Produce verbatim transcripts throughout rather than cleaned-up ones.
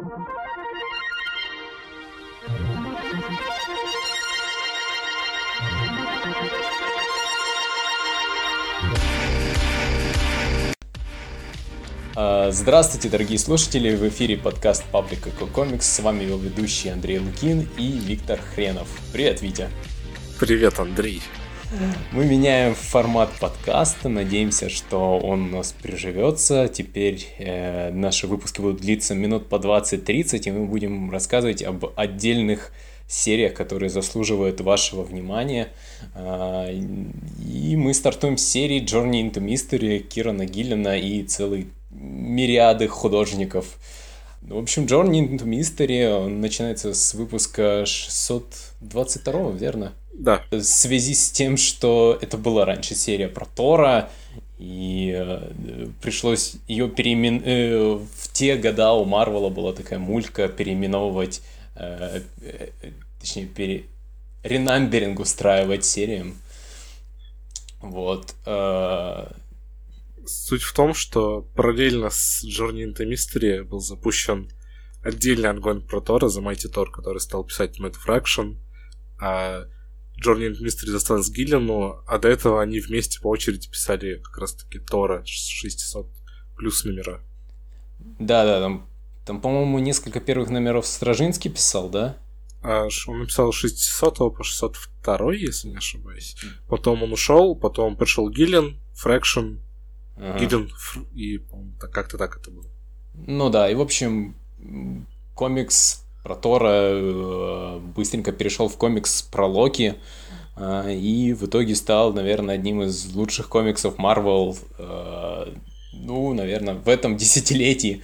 Здравствуйте, дорогие слушатели! В эфире подкаст Public Echo Comics. С вами его ведущий Андрей Лукин и Виктор Хренов. Привет, Витя! Привет, Андрей! Мы меняем формат подкаста, надеемся, что он у нас приживется. Теперь э, наши выпуски будут длиться минут по двадцать-тридцать, и мы будем рассказывать об отдельных сериях, которые заслуживают вашего внимания. Э, и мы стартуем с серии Journey into Mystery Кирана Гиллена и целый мириады художников. В общем, Journey into Mystery он начинается с выпуска шестьсот двадцать два, верно? Да. В связи с тем, что это была раньше серия про Тора, и э, пришлось ее переименовать. Э, в те года у Марвела была такая мулька переименовывать, э, э, точнее, пере... ренамберинг устраивать сериям. Вот. Э, Суть в том, что параллельно с Journey into Mystery был запущен отдельный ангоинг про Тора, The Mighty Thor, который стал писать Мэтт Фрэкшн, а Journey into Mystery досталось Гиллину, а до этого они вместе по очереди писали как раз-таки Тора шестьсот плюс номера. Да-да, там, там, по-моему, несколько первых номеров Стражинский писал, да? А он написал с шестисотого по шестьсот два, если не ошибаюсь. Потом он ушел, потом пришел Гиллин, Фрэкшн, Ага. Гиден, и, по-моему, как-то так это было. Ну да, и в общем, комикс про Тора быстренько перешел в комикс про Локи, и в итоге стал, наверное, одним из лучших комиксов Marvel, ну, наверное, в этом десятилетии.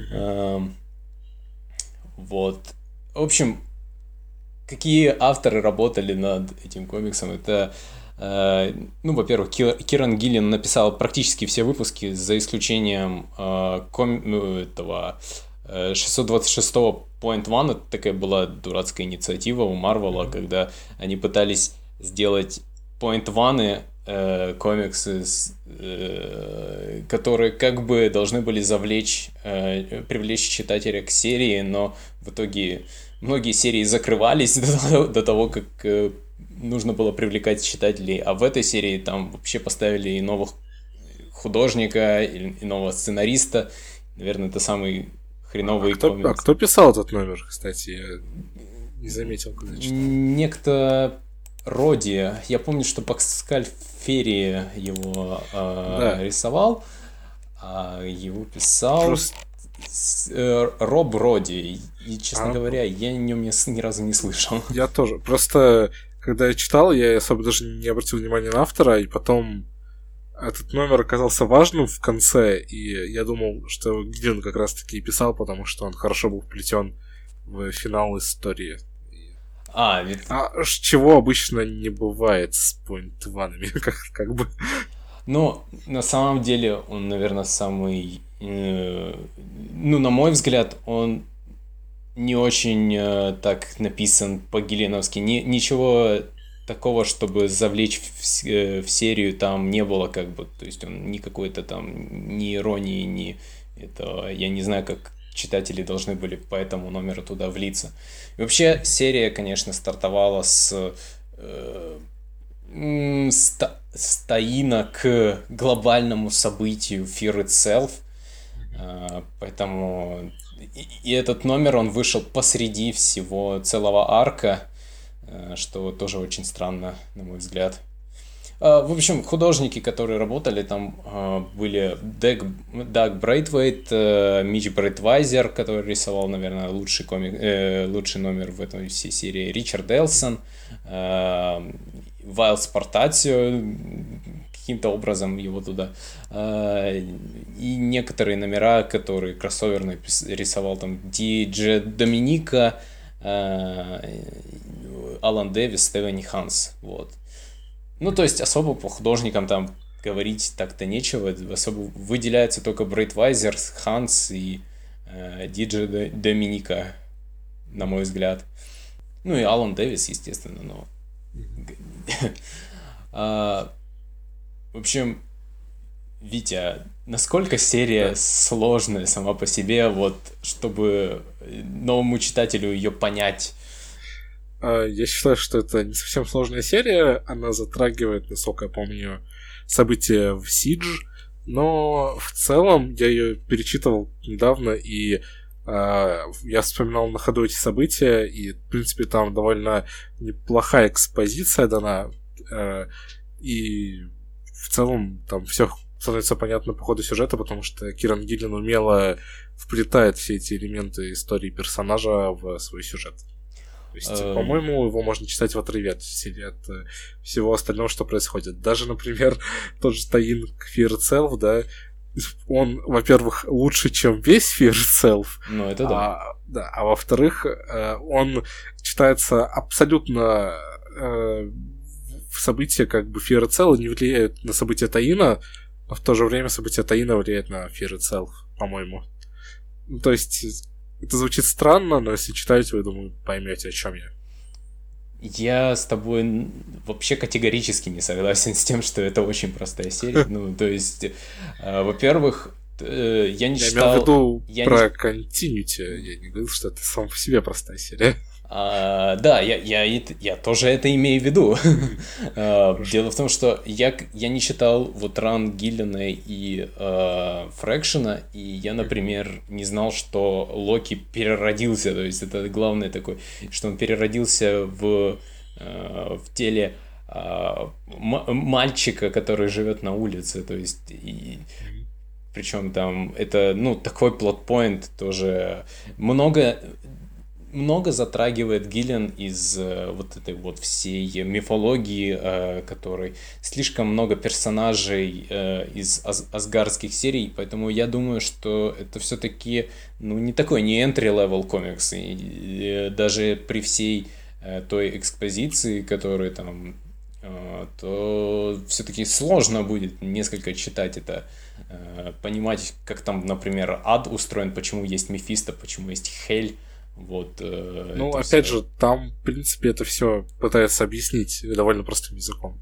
Вот. В общем, какие авторы работали над этим комиксом? Это... Ну, во-первых, Киран Гиллен написал практически все выпуски, за исключением э, ком... этого шестьсот двадцать шестого Point One. Это такая была дурацкая инициатива у Марвела, когда они пытались сделать Point One э, комиксы, э, которые как бы должны были завлечь, э, привлечь читателя к серии, но в итоге многие серии закрывались до того, до того как... Э, нужно было привлекать читателей, а в этой серии там вообще поставили и новых художника, и нового сценариста. Наверное, это самый хреновый а кто, комикс. А кто писал этот номер, кстати? Я не заметил, когда читал. Некто Роди. Я помню, что Паскаль Ферри его э, да. рисовал, а его писал Просто... с, э, Роб Роди. И, честно а... говоря, я о нем ни, ни разу не слышал. Я тоже. Просто... Когда я читал, я особо даже не обратил внимания на автора, и потом этот номер оказался важным в конце, и я думал, что Гиллен как раз-таки и писал, потому что он хорошо был вплетен в финал истории. А, ведь... а чего обычно не бывает с поинт-ванами, как, как бы. Ну, на самом деле, он, наверное, самый... Э, ну, на мой взгляд, он... не очень э, так написан по-гилленовски. Ни, ничего такого, чтобы завлечь в, э, в серию, там не было, как бы. То есть он ни какой-то там, ни иронии, ни этого. Я не знаю, как читатели должны были по этому номеру туда влиться. И вообще, серия, конечно, стартовала с э, ста, стоина к глобальному событию Fear Itself. Э, поэтому... И, и этот номер, он вышел посреди всего целого арка, что тоже очень странно, на мой взгляд. В общем, художники, которые работали там, были Даг, Даг Брейтвейт, Митч Брейтвайзер, который рисовал, наверное, лучший, комик, э, лучший номер в этой всей серии, Ричард Элсон, э, Вайл Спартацио, каким-то образом его туда. И некоторые номера, которые кроссоверные рисовал там Ди Дж Доминика, Алан Дэвис, Стефани Ханс. Вот. Ну, то есть особо по художникам там говорить так-то нечего. Особо выделяются только Брейтвайзер, Ханс и Ди Дж Доминика, на мой взгляд. Ну и Алан Дэвис, естественно, но... В общем, Витя, насколько серия Да. сложная сама по себе, вот, чтобы новому читателю ее понять? А, Я считаю, что это не совсем сложная серия. Она затрагивает, насколько я помню, события в Сидж. Но в целом я ее перечитывал недавно, и а, я вспоминал на ходу эти события, и, в принципе, там довольно неплохая экспозиция дана. а, И в целом там все становится понятно по ходу сюжета, потому что Киран Гиллен умело вплетает все эти элементы истории персонажа в свой сюжет. То есть, Э, по-моему, его можно читать в отрыве от, всей- от э, всего остального, что происходит. Даже, например, тот же Таин Fear Itself, да, он, во-первых, лучше, чем весь Fear Itself, Ну, это да. а, да, а во-вторых, э, он читается абсолютно э, в события как бы Fear Itself не влияют на события Таина, но в то же время события Таина влияют на Fear Itself, по-моему. Ну, то есть, это звучит странно, но если читаете, вы, думаю, поймете, о чем я. Я с тобой н- вообще категорически не согласен с тем, что это очень простая серия. Ну, то есть, э, во-первых, э, я не Я имел в читал... виду я про не- континьюти. Я не говорил, что это сам по себе простая серия. А, да, я, я, и т- я тоже это имею в виду. А, Дело в том, что я, к- я не читал вот ран Гиллена и э, Фрэкшена, и я, например, не знал, что Локи переродился. То есть это главное такое, что он переродился в, э, в теле а, м- мальчика, который живет на улице. То есть и причем там это, ну, такой плот-поинт тоже много много затрагивает Гиллен из э, вот этой вот всей мифологии, э, которой слишком много персонажей э, из ас- асгардских серий, поэтому я думаю, что это все-таки, ну, не такой, не entry-level комикс, и, и даже при всей э, той экспозиции, которая там, э, то все-таки сложно будет несколько читать это, э, понимать, как там, например, ад устроен, почему есть Мефисто, почему есть Хель. Вот, э, Ну, это опять всё. же, там, в принципе, это все пытается объяснить довольно простым языком.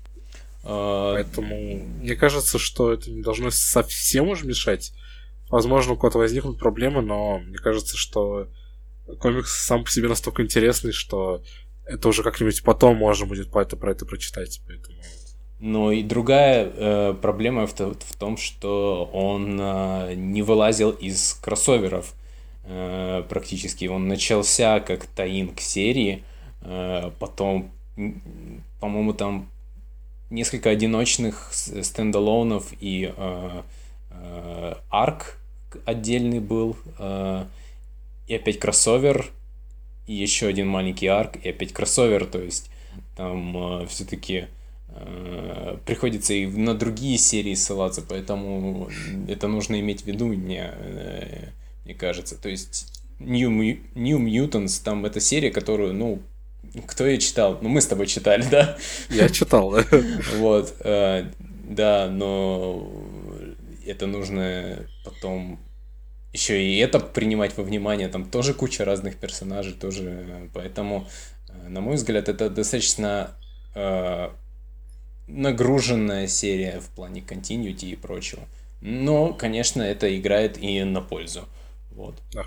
А, Поэтому мне кажется, что это не должно совсем уж мешать. Возможно, у кого-то возникнут проблемы, но мне кажется, что комикс сам по себе настолько интересный, что это уже как-нибудь потом можно будет про это, про это прочитать. Поэтому... Но и другая э, проблема в, то- в том, что он э, не вылазил из кроссоверов э, практически. Он начался как таин к серии, э, потом, м, по-моему, там несколько одиночных с- стендалонов и э, э, арк отдельный был, э, и опять кроссовер, и еще один маленький арк, и опять кроссовер, то есть там все-таки приходится и на другие серии ссылаться, поэтому это нужно иметь в виду, мне, э, мне кажется. То есть New, Mu- New Mutants, там эта серия, которую, ну, кто ее читал? Ну, мы с тобой читали, да? Я читал, да. Вот, э, да, но это нужно потом еще и это принимать во внимание, там тоже куча разных персонажей, тоже, э, поэтому, э, на мой взгляд, это достаточно э, нагруженная серия в плане continuity и прочего. Но, конечно, это играет и на пользу. Вот. Да.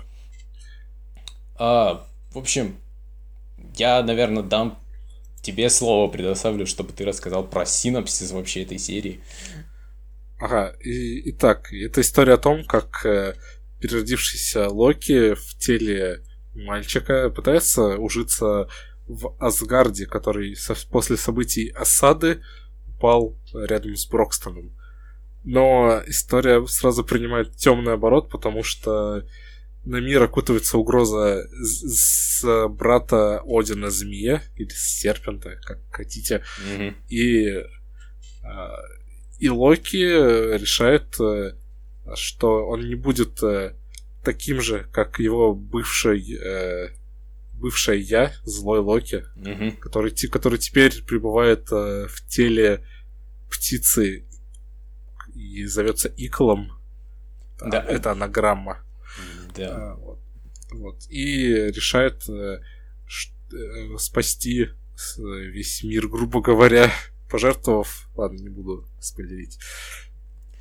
А, в общем, я, наверное, дам тебе слово, предоставлю, чтобы ты рассказал про синопсис вообще этой серии. Ага, и, итак, это история о том, как э, переродившийся Локи в теле мальчика пытается ужиться в Асгарде, который со- после событий осады упал рядом с Брокстоном. Но история сразу принимает темный оборот, потому что на мир окутывается угроза с, с брата Одина Змея, или Серпента, как хотите. Мгм. И, а, и Локи решает, э, что он не будет э, таким же, как его бывший, э, бывшее я, злой Локи, Мгм. который, те- который теперь пребывает э, в теле птицы и зовется Иклом. Да. А, Это анаграмма. Да. А, вот. Вот. И решает э, ш- э, спасти с- весь мир, грубо говоря, пожертвовав... Ладно, не буду спойлерить.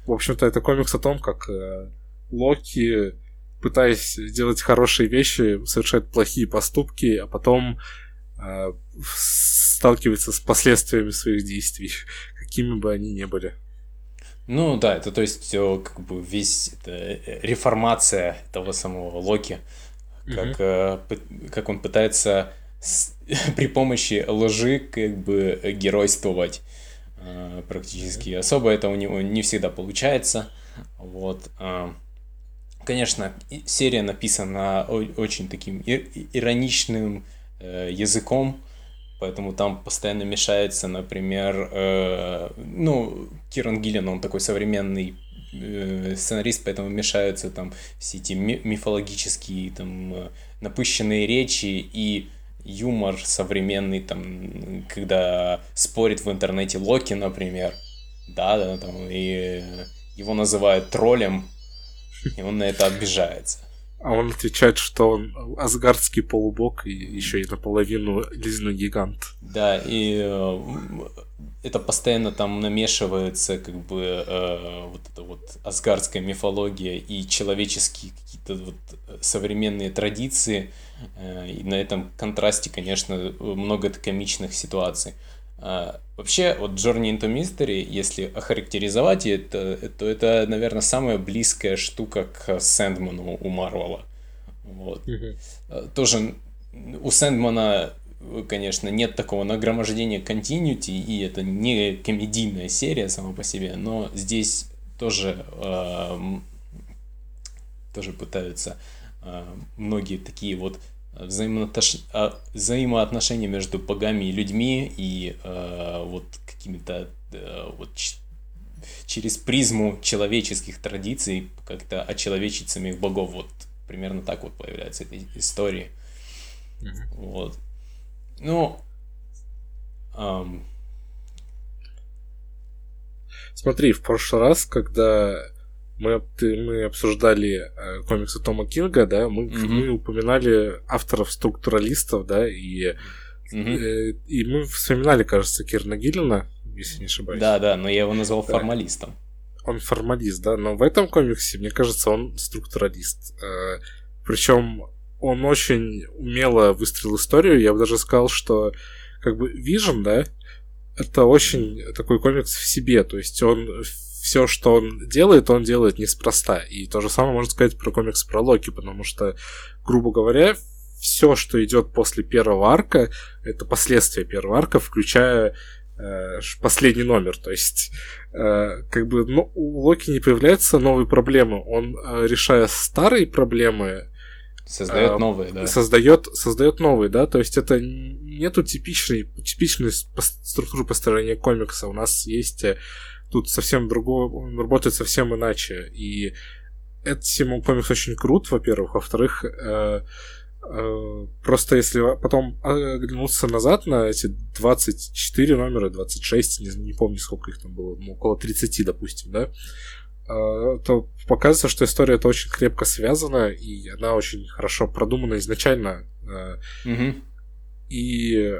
В общем-то, это комикс о том, как э, Локи, пытаясь делать хорошие вещи, совершает плохие поступки, а потом э, сталкивается с последствиями своих действий, какими бы они ни были. Ну да, это то есть э, как бы весь это э, реформация того самого Локи, как, Мгм. э, пы- как он пытается с- при помощи лжи как бы э, геройствовать э, Мгм. практически. Особо это у него не всегда получается. Вот. а. Конечно, и- серия написана о- очень таким ир- ироничным э, языком, поэтому там постоянно мешается, например, э, ну, Киран Гиллиан, он такой современный э, сценарист, поэтому мешаются там все эти ми- мифологические, там, э, напыщенные речи и юмор современный, там, когда спорит в интернете Локи, например, да, да, там, и э, его называют троллем, и он на это обижается. А он отвечает, что он асгардский полубог и еще и наполовину ледяной гигант. Да, и э, это постоянно там намешивается, как бы, э, вот эта вот асгардская мифология и человеческие какие-то вот современные традиции. Э, и на этом контрасте, конечно, много комичных ситуаций. А, вообще, вот Journey into Mystery, если охарактеризовать это, то это, наверное, самая близкая штука к Сэндману у Марвела. Вот. Мгм. Э, Тоже у Сэндмана, э, конечно, нет такого нагромождения continuity, и это не комедийная серия сама по себе, но здесь тоже, э, м, тоже пытаются э, многие такие вот взаимоотнош- а, взаимоотношения между богами и людьми и э, вот какими-то э, вот ч- через призму человеческих традиций как-то очеловечить самих богов. Вот примерно так вот появляются эти истории. Мгм. Вот. Ну, ам, Смотри, в прошлый раз, когда мы, об- ты- мы обсуждали э, комиксы Тома Кинга, да, мы, мгм, мы упоминали авторов-структуралистов, да, и, мгм. э, и мы вспоминали, кажется, Кирна Гиллина, если не Да, ошибаюсь. да, но я его назвал Да, формалистом. он формалист, да, но в этом комиксе, мне кажется, он структуралист. Причем он очень умело выстроил историю. Я бы даже сказал, что как бы Vision, да, это Мгм. очень такой комикс в себе. То есть он все, что он делает, он делает неспроста. И то же самое можно сказать про комикс про Локи, потому что, грубо говоря, все, что идет после первого арка, это последствия первого арка, включая э, ш- последний номер. То есть, э, как бы, ну, у Локи не появляются новые проблемы. Он, э, решая старые проблемы, Создает новые, да. создает, создает новые, да, то есть это нету типичной, типичной пос- структуры построения комикса, у нас есть э, тут совсем другое, он работает совсем иначе, и этим комикс очень крут, во-первых, во-вторых, э, э, просто если потом оглянуться назад на эти двадцать четыре номера, двадцать шесть, не, не помню, сколько их там было, ну, около тридцать, допустим, да, э, то показывается, что история это очень крепко связана, и она очень хорошо продумана изначально. э, Мгм. И,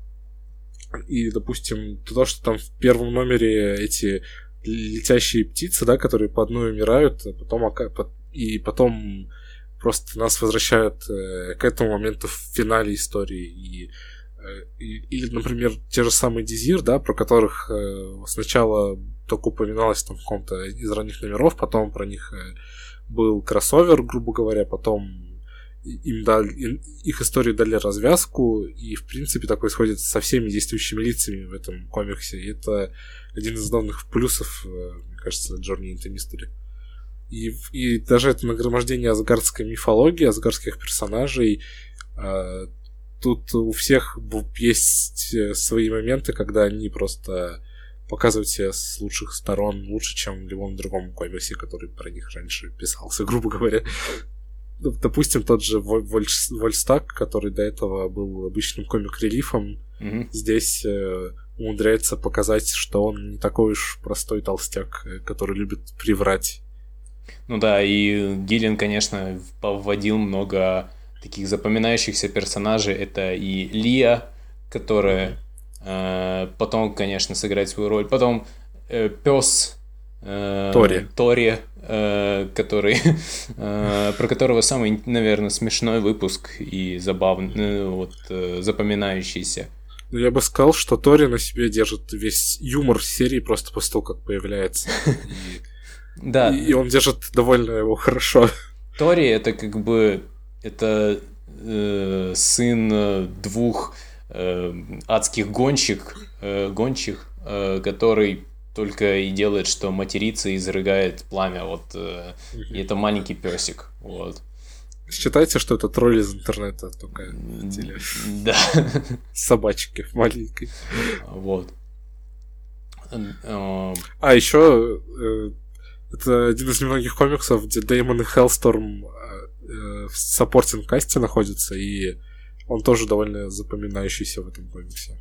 и, допустим, то, что там в первом номере эти летящие птицы, да, которые по одной умирают, а потом ока- по- и потом просто нас возвращают э, к этому моменту в финале истории. И, э, и- или, например, те же самые Дизир, да, про которых э, сначала только упоминалось там в каком-то из ранних номеров, потом про них э, был кроссовер, грубо говоря, потом им дали, им- их истории дали развязку, и, в принципе, так происходит со всеми действующими лицами в этом комиксе. И это один из главных плюсов, э, мне кажется, Journey into Mystery. И, и даже это нагромождение асгардской мифологии, асгардских персонажей. э, Тут у всех бу- есть э, свои моменты, когда они просто показывают себя с лучших сторон, лучше, чем в любом другом комиксе, который про них раньше писался, грубо говоря. Ну, допустим, тот же Воль- Вольш- Вольстак, который до этого был обычным комик-релифом, Мгм. здесь э, умудряется показать, что он не такой уж простой толстяк, э, который любит приврать. Ну да, и Гиллин, конечно, вводил много таких запоминающихся персонажей. Это и Лия, которая Мгм. э, потом, конечно, сыграет свою роль. Потом э, пес э, Тори. Тори, э, который, э, про которого самый, наверное, смешной выпуск и забавный, э, вот, э, запоминающийся. Ну, я бы сказал, что Тори на себе держит весь юмор серии просто после того, как появляется. И, да. и, и он держит довольно его хорошо. Тори это как бы это э, сын двух э, адских гонщик, э, гонщик, э, который только и делает, что матерится и изрыгает пламя. Вот, э, mm-hmm. И это маленький песик. Вот. Считайте, что это тролль из интернета только. Да. Собачки маленькой. Вот. А еще это один из немногих комиксов, где Дэймон и Хеллсторм в саппортинг-касте находятся, и он тоже довольно запоминающийся в этом комиксе.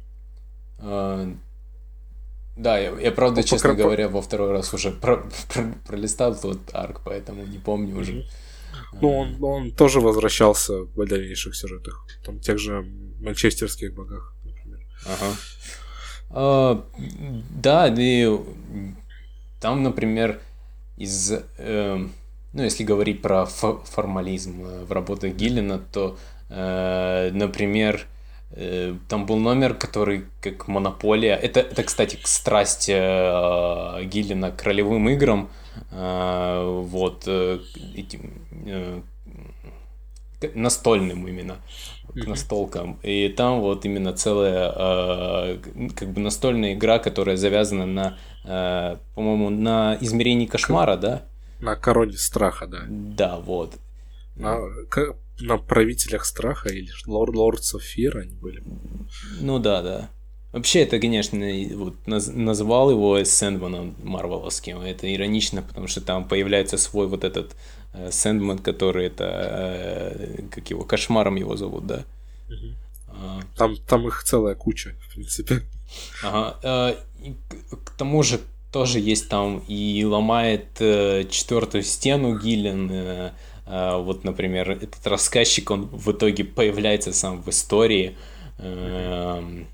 Да, я, я правда, ну, честно покр... говоря, во второй раз уже про, про, пролистал тот арк, поэтому не помню уже. Mm-hmm. Ну, он, он тоже возвращался в дальнейших сюжетах. Там тех же манчестерских богах, например. Ага. А, да, и там, например, из... Э, ну, если говорить про ф- формализм в работах Гиллина, то, э, например... Там был номер, который как монополия. Это, это кстати, страсть э, Гиллина к ролевым играм. Э, вот. Э, этим, э, настольным именно. К настолкам. И там вот именно целая э, как бы настольная игра, которая завязана на, э, по-моему, на измерении кошмара, да? На короне страха, да. Да, вот. На... На правителях страха или Lords of Fear они были. Ну да, да. Вообще это, конечно, вот, наз- назвал его Сэндманом марвеловским. Это иронично, потому что там появляется свой вот этот э, Сэндман, который это, э, как его, Кошмаром его зовут, да? Угу. А... Там, там их целая куча, в принципе. Ага. Э, и к, к тому же тоже есть там и ломает э, четвертую стену Гиллин, э, Uh, вот, например, этот рассказчик, он в итоге появляется сам в истории uh,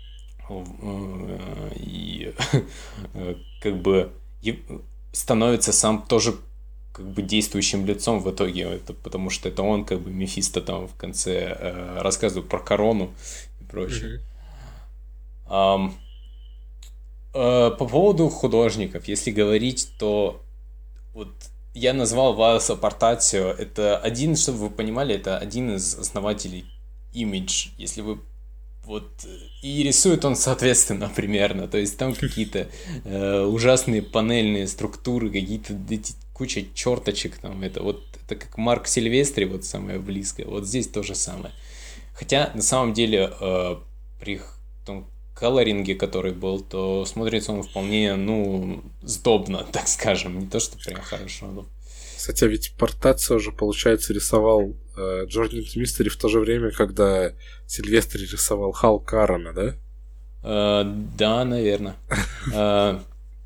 uh, и uh, как бы становится сам тоже как бы действующим лицом в итоге, это, потому что это он как бы Мефисто там в конце uh, рассказывает про корону и прочее. Mm-hmm. Um, uh, по поводу художников, если говорить, то вот я назвал Вайлса Портацио. Это один, чтобы вы понимали, это один из основателей Image. Если вы вот и рисует он соответственно примерно. То есть там какие-то э, ужасные панельные структуры, какие-то эти, куча черточек там. Это вот это как Марк Сильвестри, вот самое близкое. Вот здесь то же самое. Хотя на самом деле э, при том колоринге, который был, то смотрится он вполне, ну, сдобно, так скажем. Не то, что прям хорошо, но... Кстати, ведь Портацио же, получается, рисовал э, Journey into Mystery в то же время, когда Сильвестри рисовал Халк Аарона, да? Э, да, наверное. э,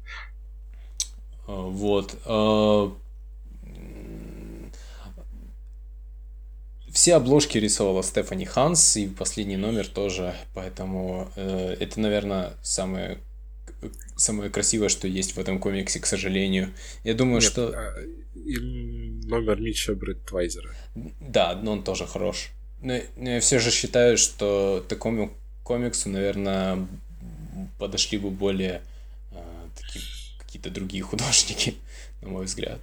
вот. Э, все обложки рисовала Стефани Ханс, и последний номер тоже, поэтому э, это, наверное, самое, самое красивое, что есть в этом комиксе, к сожалению. Я думаю, Нет, что... А, и номер Митча Бреттвайзера. Да, но он тоже хорош. Но, но я все же считаю, что такому комиксу, наверное, подошли бы более э, такие, какие-то другие художники, на мой взгляд.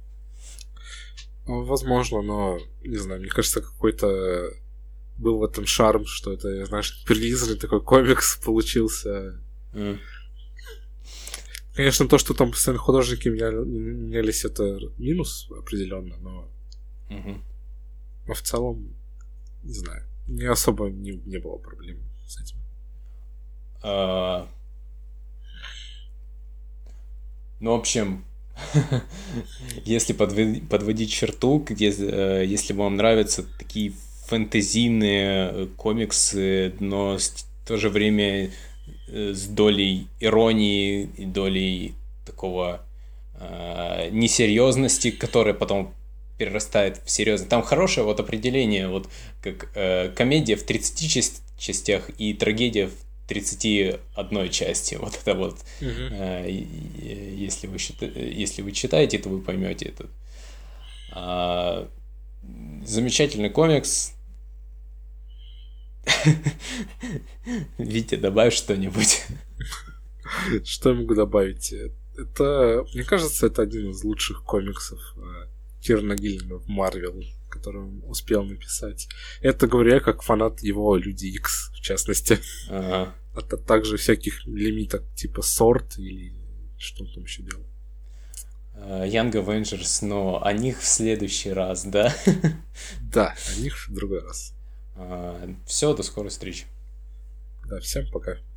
Возможно, но, не знаю, мне кажется, какой-то был в этом шарм, что это, знаешь, прилизанный такой комикс получился. Mm. Конечно, то, что там постоянно художники менялись, это минус определенно, но... Mm-hmm. но в целом, не знаю, не особо не, не было проблем с этим. Uh... Ну, в общем... Если подводить черту, где, если вам нравятся такие фэнтезийные комиксы, но в то же время с долей иронии и долей такого э, несерьезности, которая потом перерастает в серьезность. Там хорошее вот определение, вот как э, комедия в тридцати частях и трагедия в тридцать одной части. Вот это вот. Мгм. Э, и- и- Если вы, счита- если вы читаете, то вы поймете это. А, Замечательный комикс. Витя, добавь что-нибудь. Что я могу добавить? Это, мне кажется, это один из лучших комиксов э, Кирана Гиллина в Марвел, который он успел написать. Это говорю я как фанат его Люди Икс, в частности. Ага. А та- также всяких лимиток типа Сорт или что он там еще делал. А, Young Avengers, но о них в следующий раз, да? Да, о них в другой раз. Все, до скорой встречи. Да, всем пока.